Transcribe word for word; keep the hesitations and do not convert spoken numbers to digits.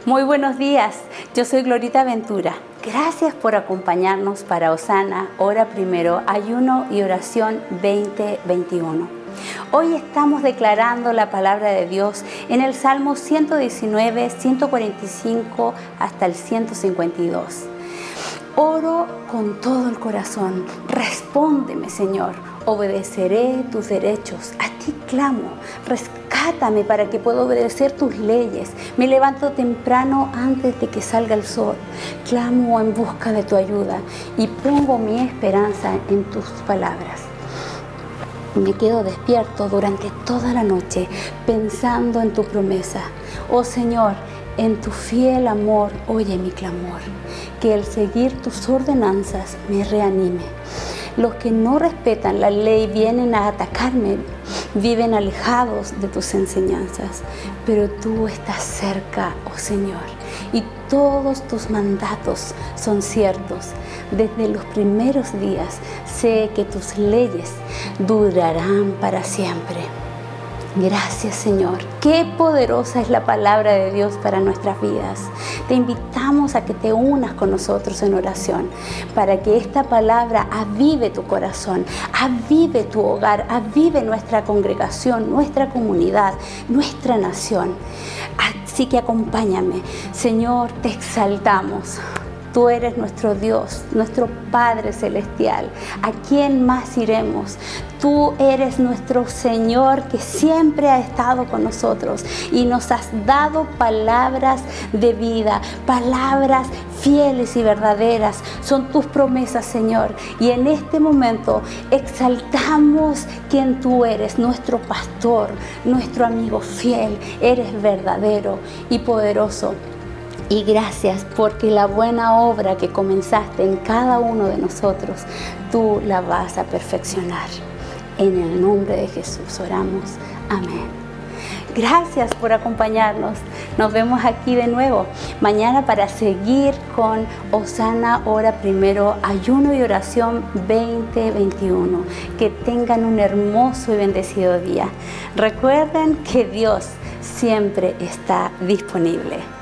Muy buenos días, yo soy Glorita Ventura. Gracias por acompañarnos para Osana, Hora Primero, Ayuno y Oración veinte veintiuno. Hoy estamos declarando la palabra de Dios en el Salmo ciento diecinueve, ciento cuarenta y cinco hasta el ciento cincuenta y dos. Oro con todo el corazón, respóndeme, Señor, obedeceré tus derechos, a ti clamo, rescátame para que pueda obedecer tus leyes, me levanto temprano antes de que salga el sol, clamo en busca de tu ayuda y pongo mi esperanza en tus palabras. Me quedo despierto durante toda la noche pensando en tu promesa. Oh Señor, en tu fiel amor oye mi clamor, que el seguir tus ordenanzas me reanime. Los que no respetan la ley vienen a atacarme, viven alejados de tus enseñanzas, pero tú estás cerca, oh Señor, y todos tus mandatos son ciertos. Desde los primeros días sé que tus leyes durarán para siempre. Gracias, Señor. Qué poderosa es la palabra de Dios para nuestras vidas. Te invitamos a que te unas con nosotros en oración para que esta palabra avive tu corazón, avive tu hogar, avive nuestra congregación, nuestra comunidad, nuestra nación. Así que acompáñame. Señor, te exaltamos. Tú eres nuestro Dios, nuestro Padre Celestial. ¿A quién más iremos? Tú eres nuestro Señor que siempre ha estado con nosotros y nos has dado palabras de vida, palabras fieles y verdaderas. Son tus promesas, Señor. Y en este momento exaltamos quien tú eres, nuestro pastor, nuestro amigo fiel. Eres verdadero y poderoso. Y gracias porque la buena obra que comenzaste en cada uno de nosotros, tú la vas a perfeccionar. En el nombre de Jesús oramos. Amén. Gracias por acompañarnos. Nos vemos aquí de nuevo mañana para seguir con Osana, Hora Primero, Ayuno y Oración veinte veintiuno. Que tengan un hermoso y bendecido día. Recuerden que Dios siempre está disponible.